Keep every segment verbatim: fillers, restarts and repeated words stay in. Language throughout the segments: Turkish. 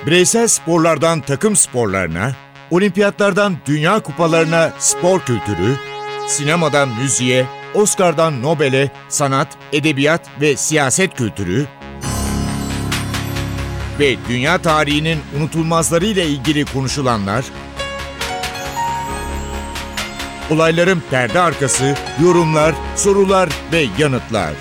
Bireysel sporlardan takım sporlarına, olimpiyatlardan dünya kupalarına spor kültürü, sinemadan müziğe, Oscar'dan Nobel'e sanat, edebiyat ve siyaset kültürü ve dünya tarihinin unutulmazlarıyla ilgili konuşulanlar, olayların perde arkası, yorumlar, sorular ve yanıtlar.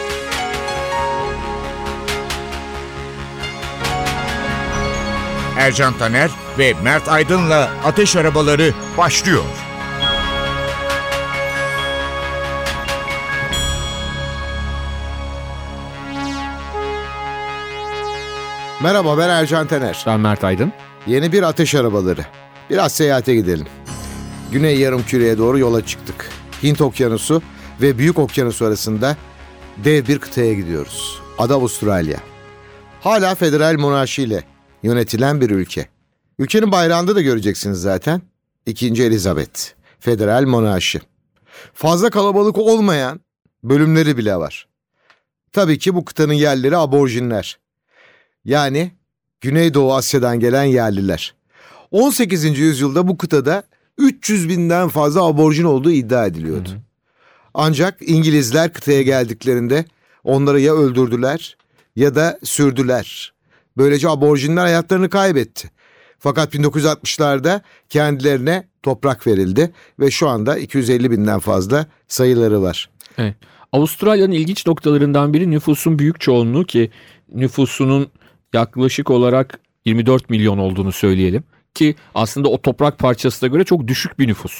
Ercan Taner ve Mert Aydın'la Ateş Arabaları başlıyor. Merhaba, ben Ercan Taner. Ben Mert Aydın. Yeni bir Ateş Arabaları. Biraz seyahate gidelim. Güney Yarımküre'ye doğru yola çıktık. Hint Okyanusu ve Büyük Okyanus arasında dev bir kıtaya gidiyoruz. Adı Avustralya. Hala federal monarşiyle yönetilen bir ülke. Ülkenin bayrağında da göreceksiniz zaten. İkinci Elizabeth. Federal monarşi. Fazla kalabalık olmayan bölümleri bile var. Tabii ki bu kıtanın yerleri aborjinler. Yani Güneydoğu Asya'dan gelen yerliler. on sekizinci yüzyılda bu kıtada üç yüz binden fazla aborjin olduğu iddia ediliyordu. Hı hı. Ancak İngilizler kıtaya geldiklerinde onları ya öldürdüler ya da sürdüler. Böylece aborjinler hayatlarını kaybetti. Fakat bin dokuz yüz altmışlarda kendilerine toprak verildi ve şu anda iki yüz elli binden fazla sayıları var. Evet. Avustralya'nın ilginç noktalarından biri nüfusun büyük çoğunluğu, ki nüfusunun yaklaşık olarak yirmi dört milyon olduğunu söyleyelim. Ki aslında o toprak parçasına göre çok düşük bir nüfus.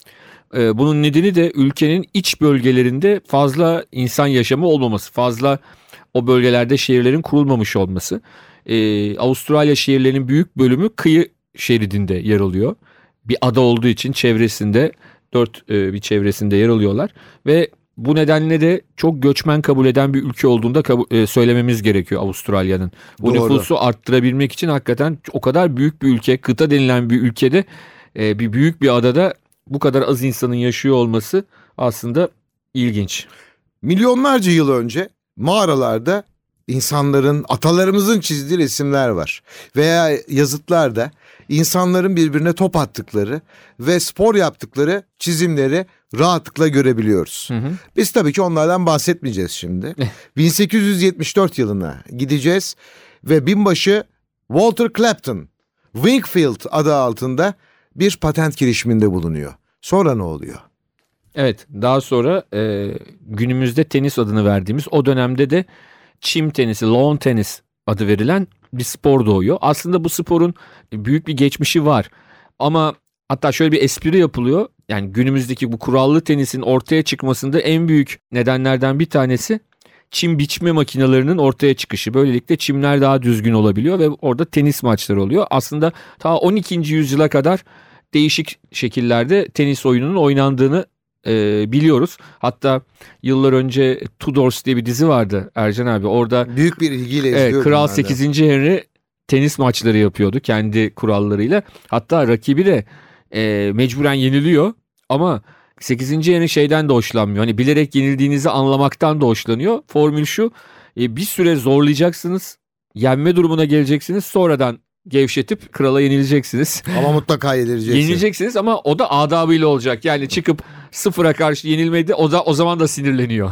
Ee, bunun nedeni de ülkenin iç bölgelerinde fazla insan yaşamı olmaması, fazla o bölgelerde şehirlerin kurulmamış olması. Ee, Avustralya şehirlerinin büyük bölümü kıyı şeridinde yer alıyor. Bir ada olduğu için çevresinde, dört e, bir çevresinde yer alıyorlar ve bu nedenle de çok göçmen kabul eden bir ülke olduğunu da kabul, e, söylememiz gerekiyor Avustralya'nın. Bu Doğru. nüfusu arttırabilmek için hakikaten o kadar büyük bir ülke, kıta denilen bir ülkede, e, bir büyük bir adada bu kadar az insanın yaşıyor olması aslında ilginç. Milyonlarca yıl önce mağaralarda insanların, atalarımızın çizdiği resimler var. Veya yazıtlarda insanların birbirine top attıkları ve spor yaptıkları çizimleri rahatlıkla görebiliyoruz. Hı hı. Biz tabii ki onlardan bahsetmeyeceğiz şimdi. bin sekiz yüz yetmiş dört yılına gideceğiz ve binbaşı Walter Clapton Wingfield adı altında bir patent girişiminde bulunuyor. Sonra ne oluyor? Evet, daha sonra e, günümüzde tenis adını verdiğimiz, o dönemde de çim tenisi, lawn tenis adı verilen bir spor doğuyor. Aslında bu sporun büyük bir geçmişi var. Ama hatta şöyle bir espri yapılıyor. Yani günümüzdeki bu kurallı tenisin ortaya çıkmasında en büyük nedenlerden bir tanesi çim biçme makinelerinin ortaya çıkışı. Böylelikle çimler daha düzgün olabiliyor ve orada tenis maçları oluyor. Aslında ta on ikinci yüzyıla kadar değişik şekillerde tenis oyununun oynandığını e, biliyoruz. Hatta yıllar önce Tudors diye bir dizi vardı Ercan abi. Orada büyük bir ilgiyle izliyordum. Evet, Kral sekizinci Henry tenis maçları yapıyordu kendi kurallarıyla. Hatta rakibi de e, mecburen yeniliyor ama sekizinci Henry şeyden de hoşlanmıyor. Hani bilerek yenildiğinizi anlamaktan da hoşlanıyor. Formül şu: e, bir süre zorlayacaksınız, yenme durumuna geleceksiniz, sonradan gevşetip krala yenileceksiniz. Ama mutlaka yenileceksiniz. Yenileceksiniz ama o da adabıyla olacak. Yani çıkıp sıfıra karşı yenilmedi, o da o zaman da sinirleniyor.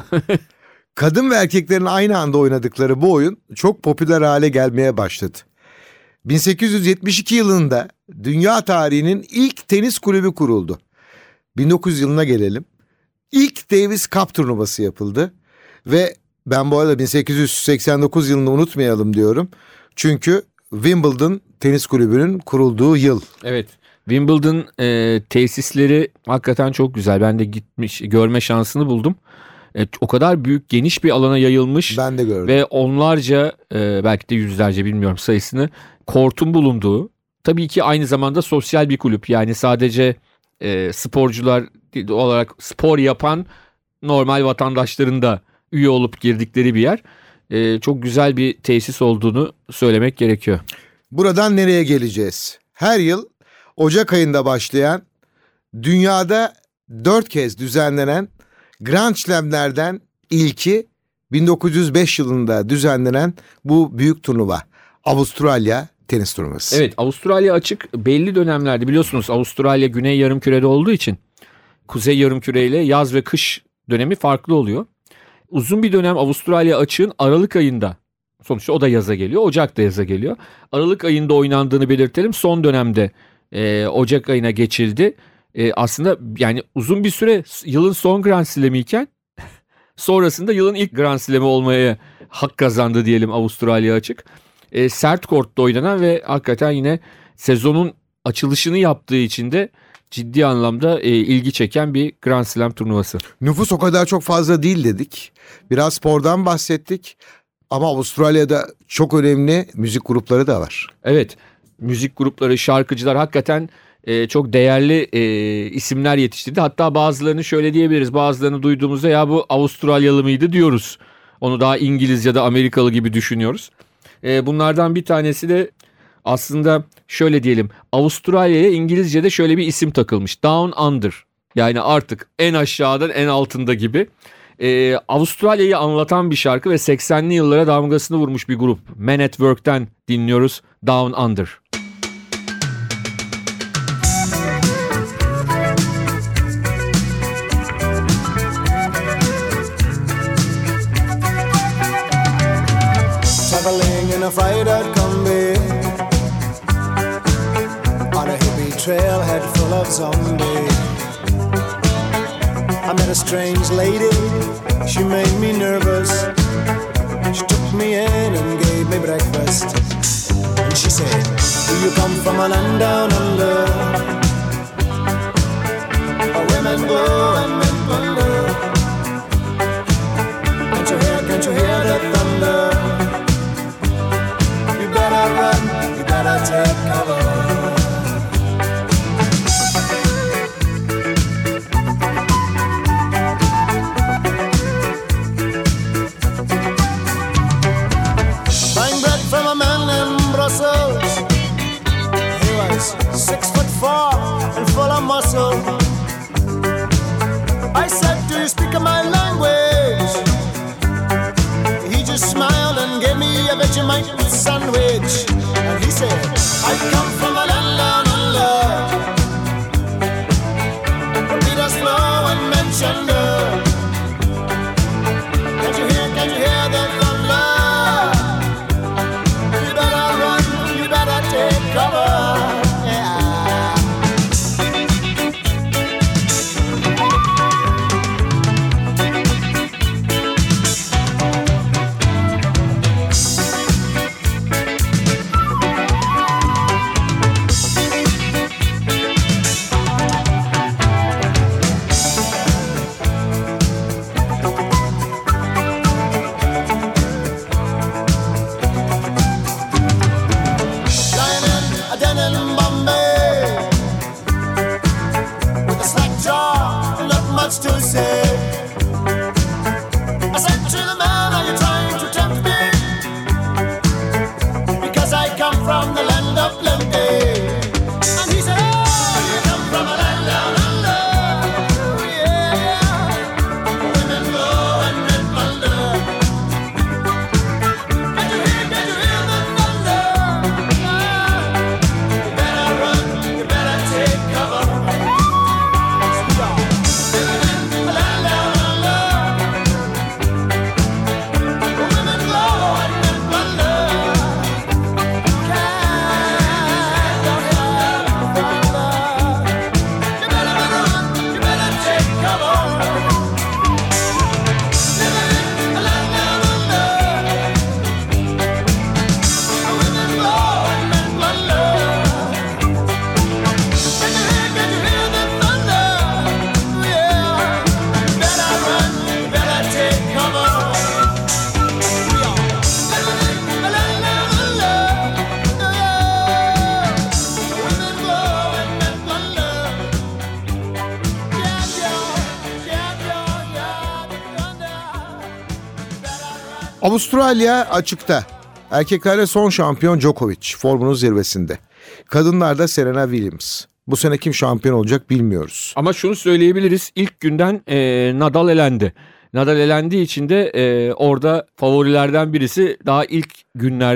Kadın ve erkeklerin aynı anda oynadıkları bu oyun çok popüler hale gelmeye başladı. bin sekiz yüz yetmiş iki yılında dünya tarihinin ilk tenis kulübü kuruldu. bin dokuz yüz yılına gelelim. İlk Davis Cup turnuvası yapıldı ve ben bu arada bin sekiz yüz seksen dokuz yılını unutmayalım diyorum. Çünkü Wimbledon Tenis Kulübü'nün kurulduğu yıl. Evet. Wimbledon e, tesisleri hakikaten çok güzel. Ben de gitmiş, görme şansını buldum. E, o kadar büyük, geniş bir alana yayılmış. Ben de gördüm. Ve onlarca, e, belki de yüzlerce, bilmiyorum sayısını, kortun bulunduğu. Tabii ki aynı zamanda sosyal bir kulüp. Yani sadece e, sporcular olarak spor yapan normal vatandaşların da üye olup girdikleri bir yer. E, çok güzel bir tesis olduğunu söylemek gerekiyor. Buradan nereye geleceğiz? Her yıl Ocak ayında başlayan, dünyada dört kez düzenlenen Grand Slam'lerden ilki bin dokuz yüz beş yılında düzenlenen bu büyük turnuva. Avustralya tenis turnuvası. Evet, Avustralya açık belli dönemlerde biliyorsunuz Avustralya güney yarımkürede olduğu için kuzey yarımküreyle yaz ve kış dönemi farklı oluyor. Uzun bir dönem Avustralya açığın Aralık ayında, sonuçta o da yaza geliyor, Ocak da yaza geliyor. Aralık ayında oynandığını belirtelim. Son dönemde e, Ocak ayına geçildi. E, aslında yani uzun bir süre yılın son Grand Slam'i iken sonrasında yılın ilk Grand Slam'i olmaya hak kazandı diyelim Avustralya açık. E, sert kortta oynanan ve hakikaten yine sezonun açılışını yaptığı için de ciddi anlamda e, ilgi çeken bir Grand Slam turnuvası. Nüfus o kadar çok fazla değil dedik. Biraz spordan bahsettik. Ama Avustralya'da çok önemli müzik grupları da var. Evet, müzik grupları, şarkıcılar hakikaten e, çok değerli e, isimler yetiştirdi. Hatta bazılarını şöyle diyebiliriz, bazılarını duyduğumuzda ya bu Avustralyalı mıydı diyoruz. Onu daha İngiliz ya da Amerikalı gibi düşünüyoruz. E, bunlardan bir tanesi de aslında şöyle diyelim, Avustralya'ya İngilizce'de şöyle bir isim takılmış. Down Under, yani artık en aşağıdan en altında gibi. Ee, Avustralya'yı anlatan bir şarkı ve seksenli yıllara damgasını vurmuş bir grup. Men at Work'ten dinliyoruz Down Under. Traveling in a fried-out combi on a hippie trailhead full of zombies. I met a strange lady, she made me nervous. She took me in and gave me breakfast. And she said, do you come from a land down under, where women go and men plunder? Can't you hear, can't you hear the thunder? You better run, you better take cover. Six foot four and full of muscle. I said, do you speak my language? He just smiled and gave me a Vegemite sandwich. And he said, I come from a land down under, where Peter's flow and Manchester. Can't you hear, can't you hear the thunder? You better run, you better take cover. Avustralya açıkta. Erkeklerde son şampiyon Djokovic, formunun zirvesinde. Kadınlarda Serena Williams. Bu sene kim şampiyon olacak bilmiyoruz. Ama şunu söyleyebiliriz, ilk günden e, Nadal elendi. Nadal elendiği için de e, orada favorilerden birisi daha ilk günlerde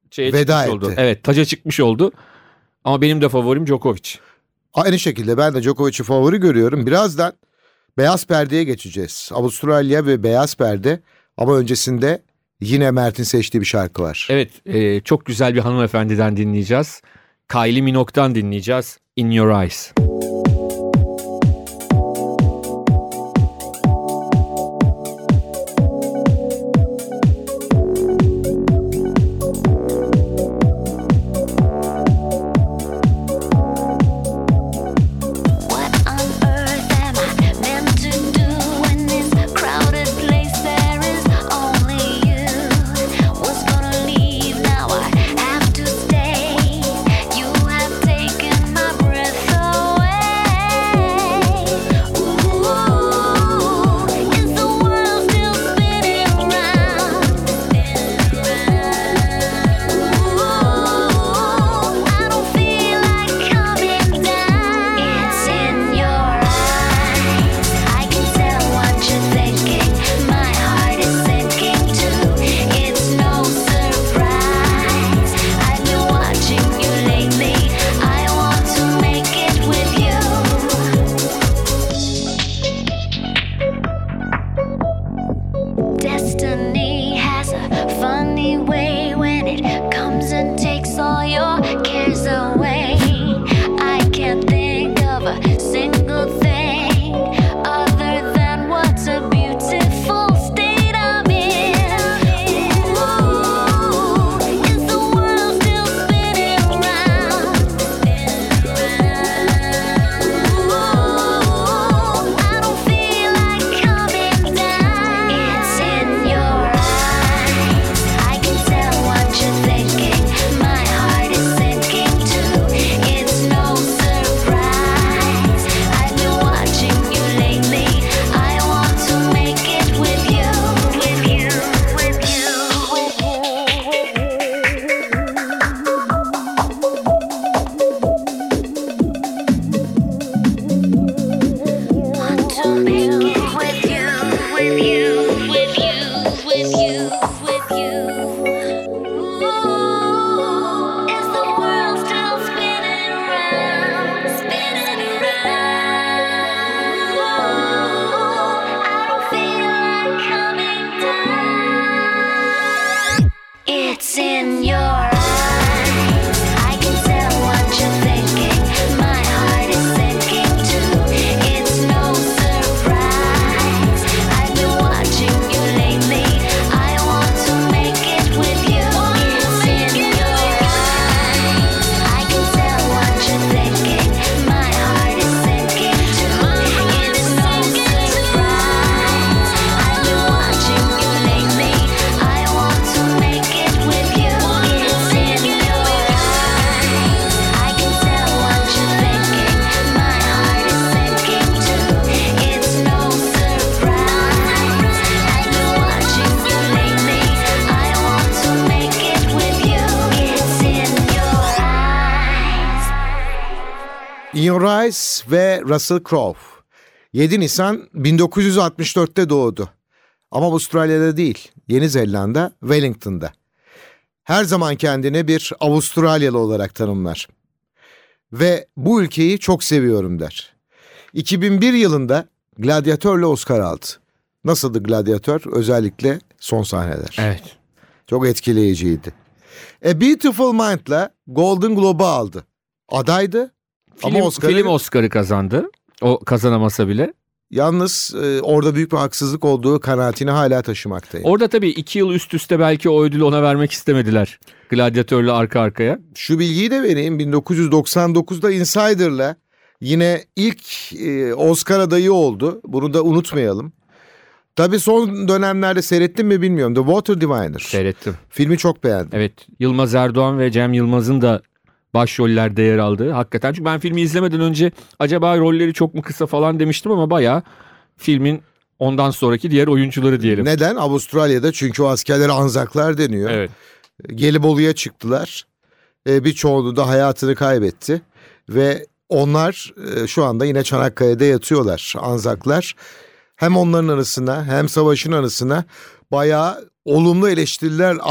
şeye Veda çıkmış oldu. etti. Evet, taca çıkmış oldu. Ama benim de favorim Djokovic. Aynı şekilde ben de Djokovic'i favori görüyorum. Birazdan beyaz perdeye geçeceğiz. Avustralya ve beyaz perde, ama öncesinde yine Mert'in seçtiği bir şarkı var. Evet, e, çok güzel bir hanımefendiden dinleyeceğiz. Kylie Minogue'dan dinleyeceğiz. In Your Eyes. In Your Eyes ve Russell Crowe. yedi Nisan bin dokuz yüz altmış dörtte doğdu. Ama Avustralya'da değil, Yeni Zelanda, Wellington'da. Her zaman kendini bir Avustralyalı olarak tanımlar. Ve bu ülkeyi çok seviyorum der. iki bin bir yılında Gladiatör'le Oscar aldı. Nasıldı Gladiatör? Özellikle son sahneler. Evet. Çok etkileyiciydi. A Beautiful Mind'la Golden Globe'u aldı. Adaydı. Film, ama Oscar'ı, film Oscar'ı kazandı. O kazanamasa bile. Yalnız e, orada büyük bir haksızlık olduğu kanaatini hala taşımaktayım. Orada tabii iki yıl üst üste belki o ödülü ona vermek istemediler. Gladiatörle arka arkaya. Şu bilgiyi de vereyim. bin dokuz yüz doksan dokuzda Insider'la yine ilk e, Oscar adayı oldu. Bunu da unutmayalım. Tabii son dönemlerde seyrettim mi bilmiyorum. The Water Diviner. Seyrettim. Filmi çok beğendim. Evet. Yılmaz Erdoğan ve Cem Yılmaz'ın da başrollerde yer aldığı. Hakikaten, çünkü ben filmi izlemeden önce acaba rolleri çok mu kısa falan demiştim ama bayağı filmin ondan sonraki diğer oyuncuları diyelim. Neden? Avustralya'da çünkü o askerlere Anzaklar deniyor. Evet. Gelibolu'ya çıktılar. Ee, birçoğunu da hayatını kaybetti. Ve onlar e, şu anda yine Çanakkale'de yatıyorlar, Anzaklar. Hem onların arasına hem savaşın arasına bayağı olumlu eleştiriler alan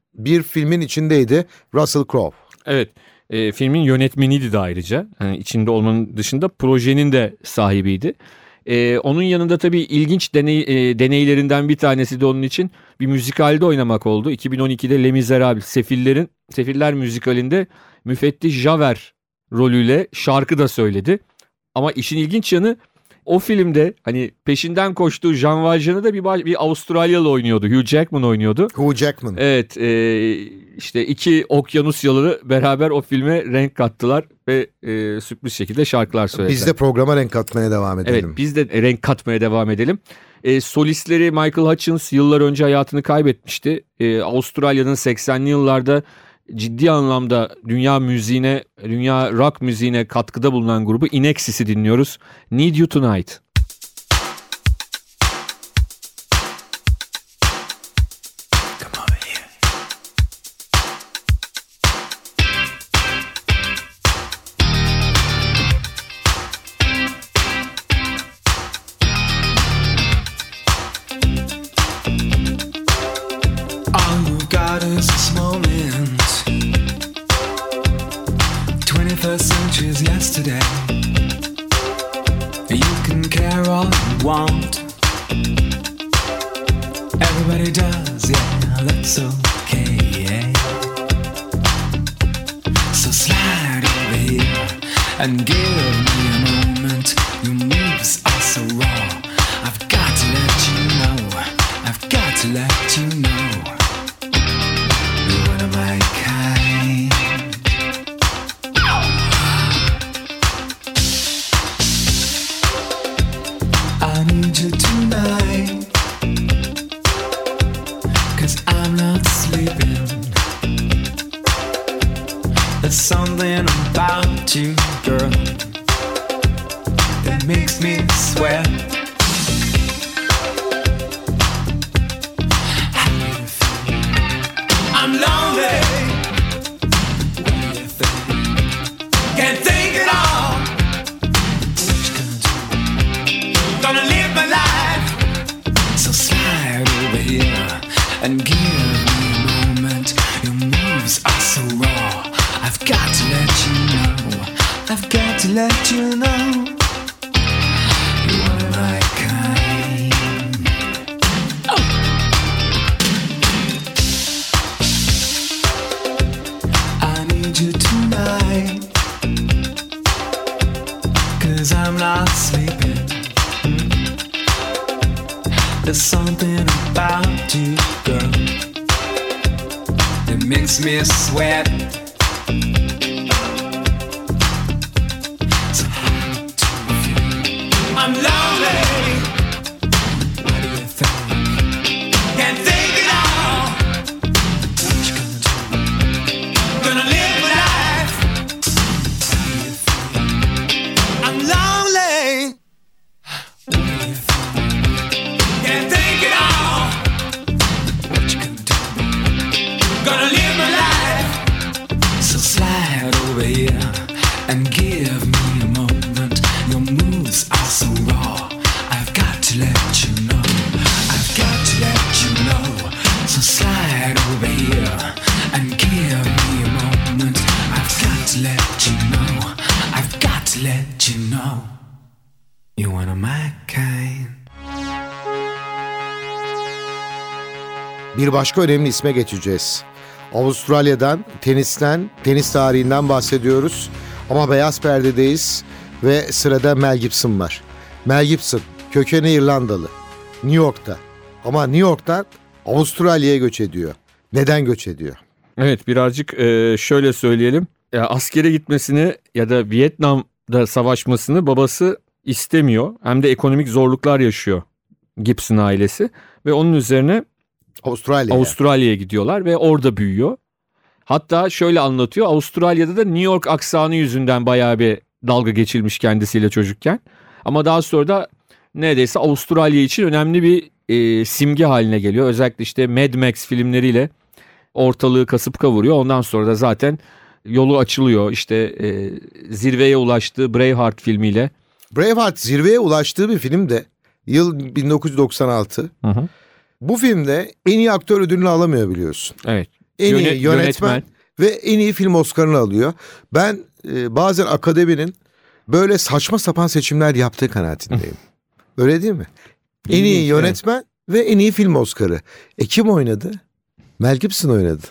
bir filmin içindeydi Russell Crowe. Evet. E, filmin yönetmeniydi de ayrıca. Yani içinde olmanın dışında projenin de sahibiydi. E, onun yanında tabii ilginç deney, e, deneylerinden bir tanesi de onun için bir müzikalde oynamak oldu. iki bin on ikide Les Miserables, Sefillerin Sefiller müzikalinde müfettiş Javert rolüyle şarkı da söyledi. Ama işin ilginç yanı, o filmde hani peşinden koştuğu Jean Valjean'ı da bir, bir Avustralyalı oynuyordu. Hugh Jackman oynuyordu. Hugh Jackman. Evet, e, işte iki okyanusyalı beraber o filme renk kattılar ve e, sürpriz şekilde şarkılar söylediler. Biz de programa renk katmaya devam edelim. Evet, biz de renk katmaya devam edelim. E, solistleri Michael Hutchence yıllar önce hayatını kaybetmişti. E, Avustralya'nın seksenli yıllarda ciddi anlamda dünya müziğine, dünya rock müziğine katkıda bulunan grubu Inexis'i dinliyoruz. Need You Tonight. Yesterday, you can care all you want. Everybody does, yeah, that's okay. So slide over here and give me a moment. Your moves are so raw. I've got to let you know. I've got to let you know. You're one of my kind. I need you tonight, 'cause I'm not sleeping. There's something about you, girl, that makes me sweat. I'm lonely. What do you think? Can't think at all. What you gonna do? Gonna live my life. So slide over here and give me a moment. Your moves are so raw. I've got to let you know. I've got to let you know. You're one of my kind. Oh. I need you tonight, 'cause I'm not sleeping. There's something about you, girl, that makes me sweat. So how do you feel? I'm lonely. What do you think? Can't think at all. What you gonna do? Gonna live my life. How do you feel? I'm lonely. What do you think? Can't think at all. What you gonna do? Gonna live my life. So slide over here and give me a moment. Your moves are so raw. I've got to let you know. I've got to let you know. So slide over here and give me a moment. I've got to let you know. I've got to let you know. You're one of my kind. Bir başka önemli isme geçeceğiz. Avustralya'dan, tenisten, tenis tarihinden bahsediyoruz. Ama beyaz perdedeyiz ve sırada Mel Gibson var. Mel Gibson, kökeni İrlandalı. New York'ta. Ama New York'tan Avustralya'ya göç ediyor. Neden göç ediyor? Evet, birazcık e, şöyle söyleyelim. Ya, askere gitmesini ya da Vietnam'da savaşmasını babası istemiyor. Hem de ekonomik zorluklar yaşıyor Gibson ailesi. Ve onun üzerine Avustralya'ya. Avustralya'ya gidiyorlar ve orada büyüyor. Hatta şöyle anlatıyor. Avustralya'da da New York aksanı yüzünden bayağı bir dalga geçilmiş kendisiyle çocukken. Ama daha sonra da neredeyse Avustralya için önemli bir e, simge haline geliyor. Özellikle işte Mad Max filmleriyle ortalığı kasıp kavuruyor. Ondan sonra da zaten yolu açılıyor. İşte e, zirveye ulaştığı Braveheart filmiyle. Braveheart zirveye ulaştığı bir film de yıl bin dokuz yüz doksan altı. Hı hı. Bu filmde en iyi aktör ödülünü alamıyor biliyorsun. Evet. en Yöne- iyi yönetmen, yönetmen. ve en iyi film Oscar'ını alıyor. Ben e, bazen akademinin böyle saçma sapan seçimler yaptığı kanaatindeyim. Öyle değil mi? En iyi İlginç, yönetmen ve en iyi film Oscar'ı. E kim oynadı? Mel Gibson oynadı.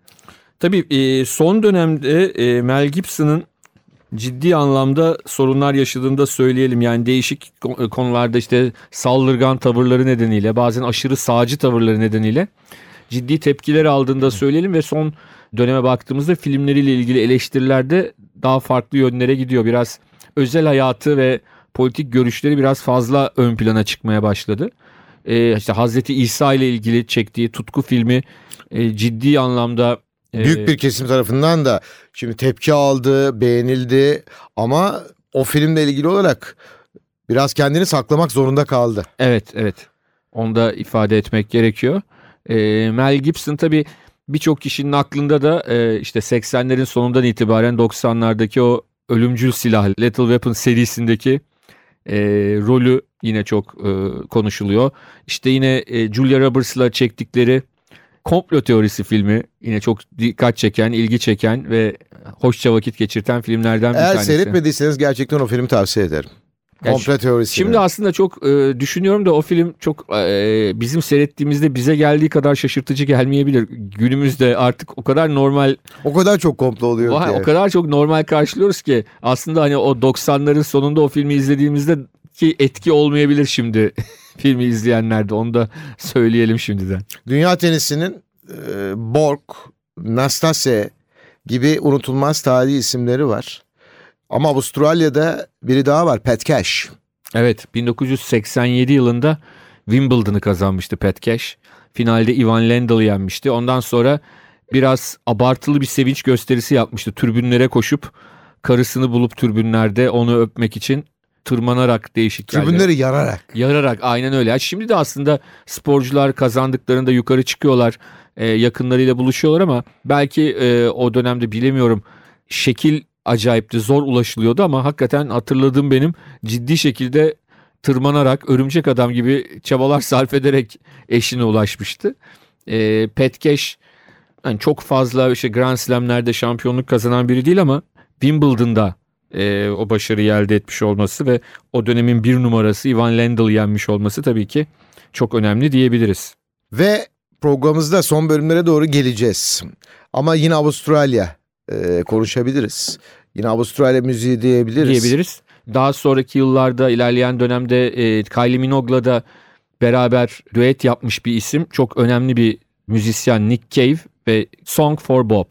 Tabii e, son dönemde e, Mel Gibson'ın ciddi anlamda sorunlar yaşadığını da söyleyelim. Yani değişik ko- konularda işte saldırgan tavırları nedeniyle, bazen aşırı sağcı tavırları nedeniyle ciddi tepkiler aldığını da söyleyelim ve son döneme baktığımızda filmleriyle ilgili eleştirilerde daha farklı yönlere gidiyor. Biraz özel hayatı ve politik görüşleri biraz fazla ön plana çıkmaya başladı. Ee, işte Hazreti İsa ile ilgili çektiği Tutku filmi e, ciddi anlamda e, Büyük bir kesim tarafından da şimdi tepki aldı, beğenildi ama o filmle ilgili olarak biraz kendini saklamak zorunda kaldı. Evet, evet. Onu da ifade etmek gerekiyor. Ee, Mel Gibson tabii birçok kişinin aklında da e, işte seksenlerin sonundan itibaren doksanlardaki o ölümcül silah Lethal Weapon serisindeki e, rolü yine çok e, konuşuluyor. İşte yine e, Julia Roberts'la çektikleri Komplo Teorisi filmi yine çok dikkat çeken, ilgi çeken ve hoşça vakit geçirten filmlerden bir Eğer tanesi. seyretmediyseniz gerçekten o filmi tavsiye ederim. Ya Komple teorisi. Şimdi aslında çok e, düşünüyorum da o film çok e, bizim seyrettiğimizde bize geldiği kadar şaşırtıcı gelmeyebilir. Günümüzde artık o kadar normal, O kadar çok komplo oluyor o, ki. o kadar çok normal karşılıyoruz ki aslında hani o doksanların sonunda o filmi izlediğimizde ki etki olmayabilir şimdi filmi izleyenlerde, onu da söyleyelim şimdiden. Dünya tenisinin e, Borg, Nastase gibi unutulmaz tarihi isimleri var. Ama Avustralya'da biri daha var, Pat Cash. Evet, bin dokuz yüz seksen yedi yılında Wimbledon'ı kazanmıştı Pat Cash. Finalde Ivan Lendl'ı yenmişti. Ondan sonra biraz abartılı bir sevinç gösterisi yapmıştı. Türbünlere koşup karısını bulup türbünlerde onu öpmek için tırmanarak değişik yerlere. Tribünleri yararak. Yararak, aynen öyle. Yani şimdi de aslında sporcular kazandıklarında yukarı çıkıyorlar, e, yakınlarıyla buluşuyorlar ama belki e, o dönemde bilemiyorum, şekil acayipti, zor ulaşılıyordu ama hakikaten hatırladığım benim ciddi şekilde tırmanarak, örümcek adam gibi çabalar sarf ederek eşine ulaşmıştı. E, Pat Cash yani çok fazla işte Grand Slam'lerde şampiyonluk kazanan biri değil ama Wimbledon'da e, o başarıyı elde etmiş olması ve o dönemin bir numarası Ivan Lendl'ı yenmiş olması tabii ki çok önemli diyebiliriz. Ve programımızda son bölümlere doğru geleceğiz. Ama yine Avustralya e, konuşabiliriz. Yine Avustralya müziği diyebiliriz. Diyebiliriz. Daha sonraki yıllarda, ilerleyen dönemde e, Kylie Minogue'la da beraber düet yapmış bir isim. Çok önemli bir müzisyen Nick Cave ve Song for Bob.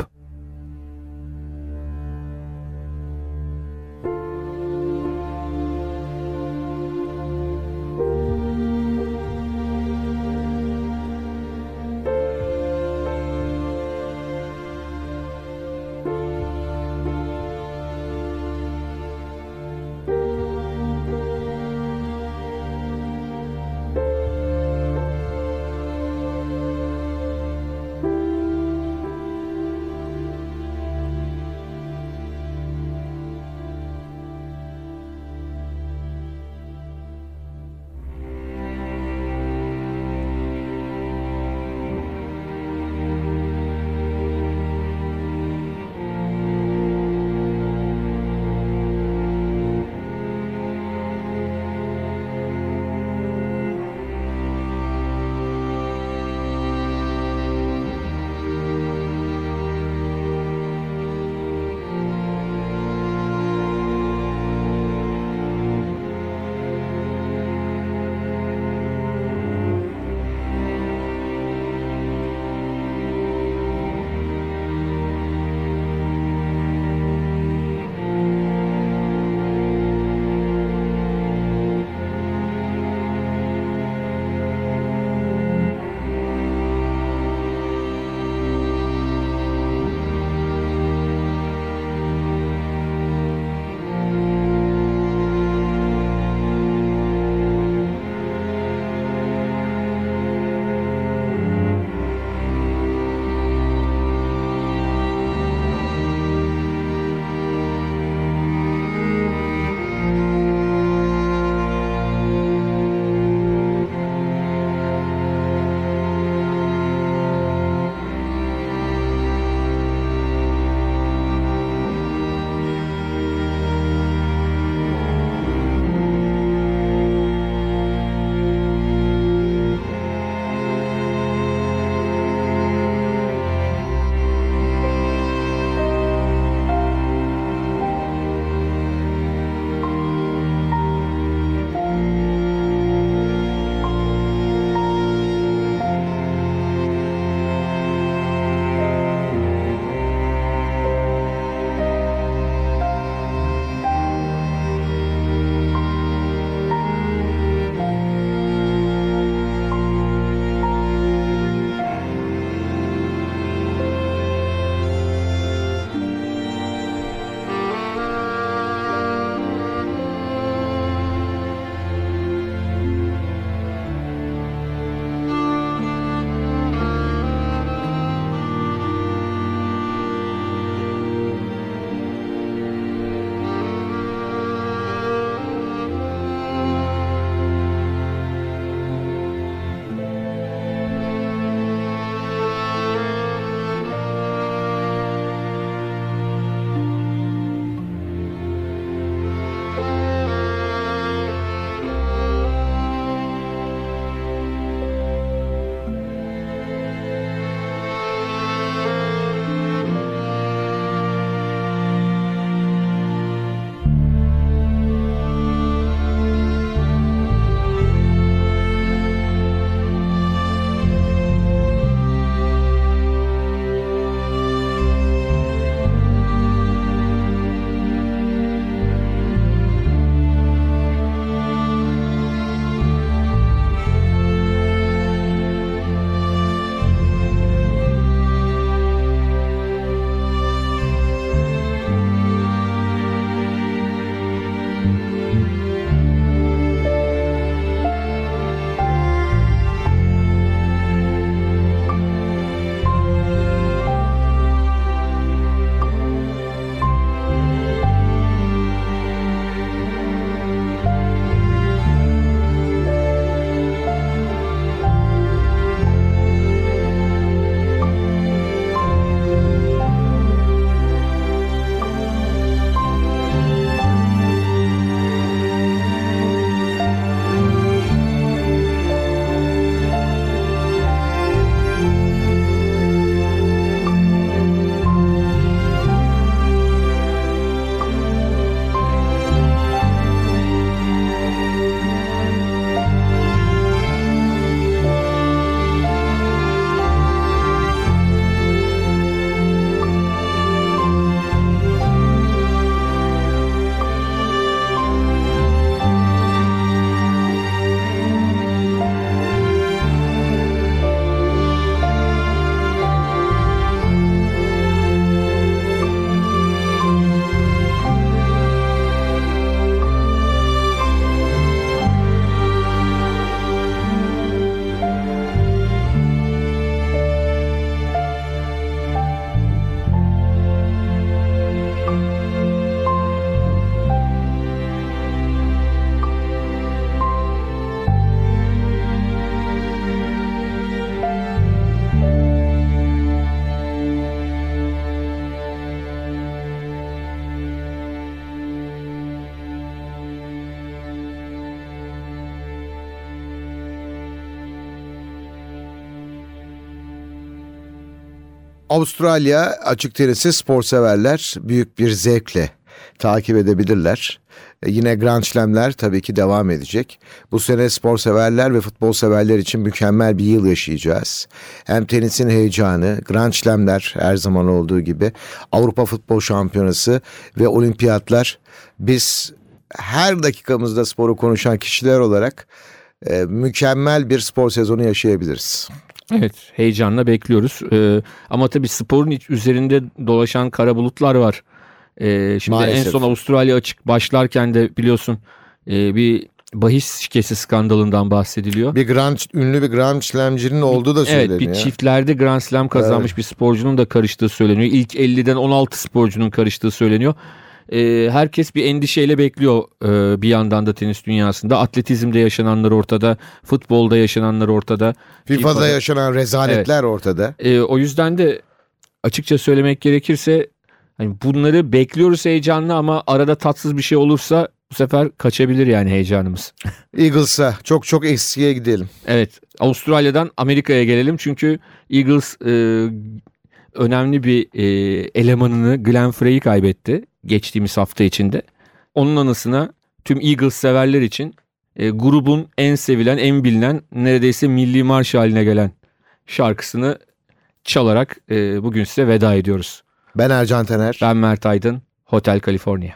Avustralya açık tenisi spor severler büyük bir zevkle takip edebilirler. E, yine Grand Slam'ler tabii ki devam edecek. Bu sene spor severler ve futbol severler için mükemmel bir yıl yaşayacağız. Hem tenisin heyecanı, Grand Slam'ler her zaman olduğu gibi, Avrupa Futbol Şampiyonası ve olimpiyatlar. Biz her dakikamızda sporu konuşan kişiler olarak e, mükemmel bir spor sezonu yaşayabiliriz. Evet, heyecanla bekliyoruz. Ee, ama tabii sporun iç- üzerinde dolaşan kara bulutlar var. Ee, şimdi Maalesef. en son Avustralya açık başlarken de biliyorsun e, bir bahis şikesi skandalından bahsediliyor. Bir grand, ünlü bir Grand Slam'cinin olduğu da söyleniyor. Evet, bir çiftlerde Grand Slam kazanmış Evet. bir sporcunun da karıştığı söyleniyor. İlk elliden on altı sporcunun karıştığı söyleniyor. Ee, herkes bir endişeyle bekliyor ee, bir yandan da tenis dünyasında. Atletizmde yaşananlar ortada, futbolda yaşananlar ortada. FIFA'da FIFA'da yaşanan rezaletler ortada. Ee, o yüzden de açıkça söylemek gerekirse hani bunları bekliyoruz heyecanlı ama arada tatsız bir şey olursa bu sefer kaçabilir yani heyecanımız. Eagles'a çok çok eskiye gidelim. Evet, Avustralya'dan Amerika'ya gelelim çünkü Eagles e, önemli bir e, elemanını Glenn Frey'i kaybetti geçtiğimiz hafta içinde. Onun anısına tüm Eagles severler için e, grubun en sevilen, en bilinen, neredeyse milli marş haline gelen şarkısını çalarak e, bugün size veda ediyoruz. Ben Ercan Taner. Ben Mert Aydın, Hotel California.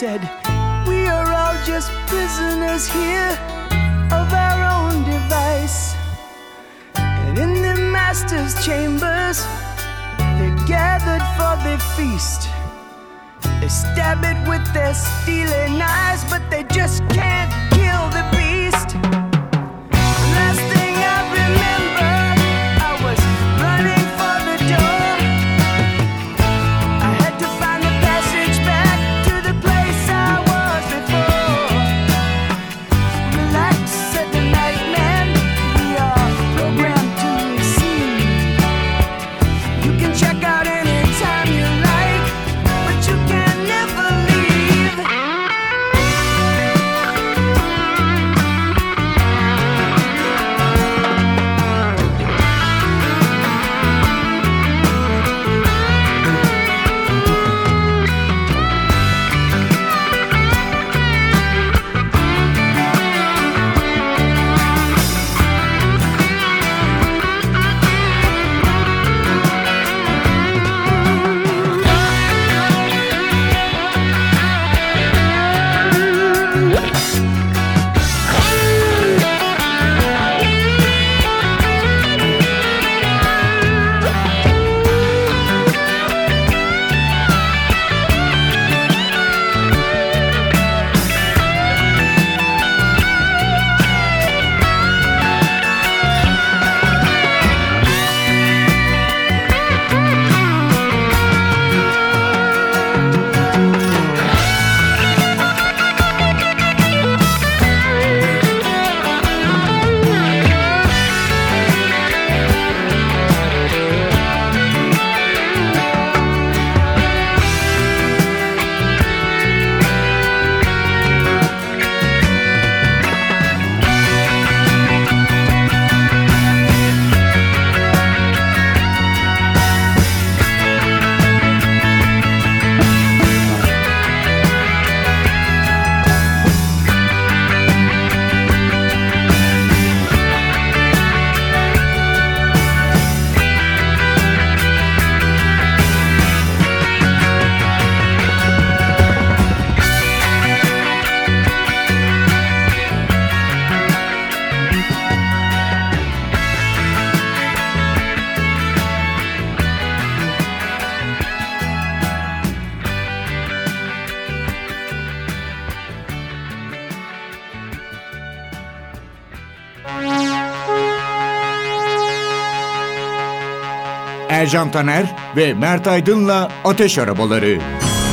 said, we are all just prisoners here of our own device. And in the master's chambers, they're gathered for the feast. They stab it with their steely knives, but they just can't kill the beast. Last thing I remember, I was running for the door. I had to find the passage back to the place I was before. Relax, said the night man, we are programmed to receive. You can check out anytime you like, but you can never leave. Ercan Taner ve Mert Aydın'la Ateş Arabaları.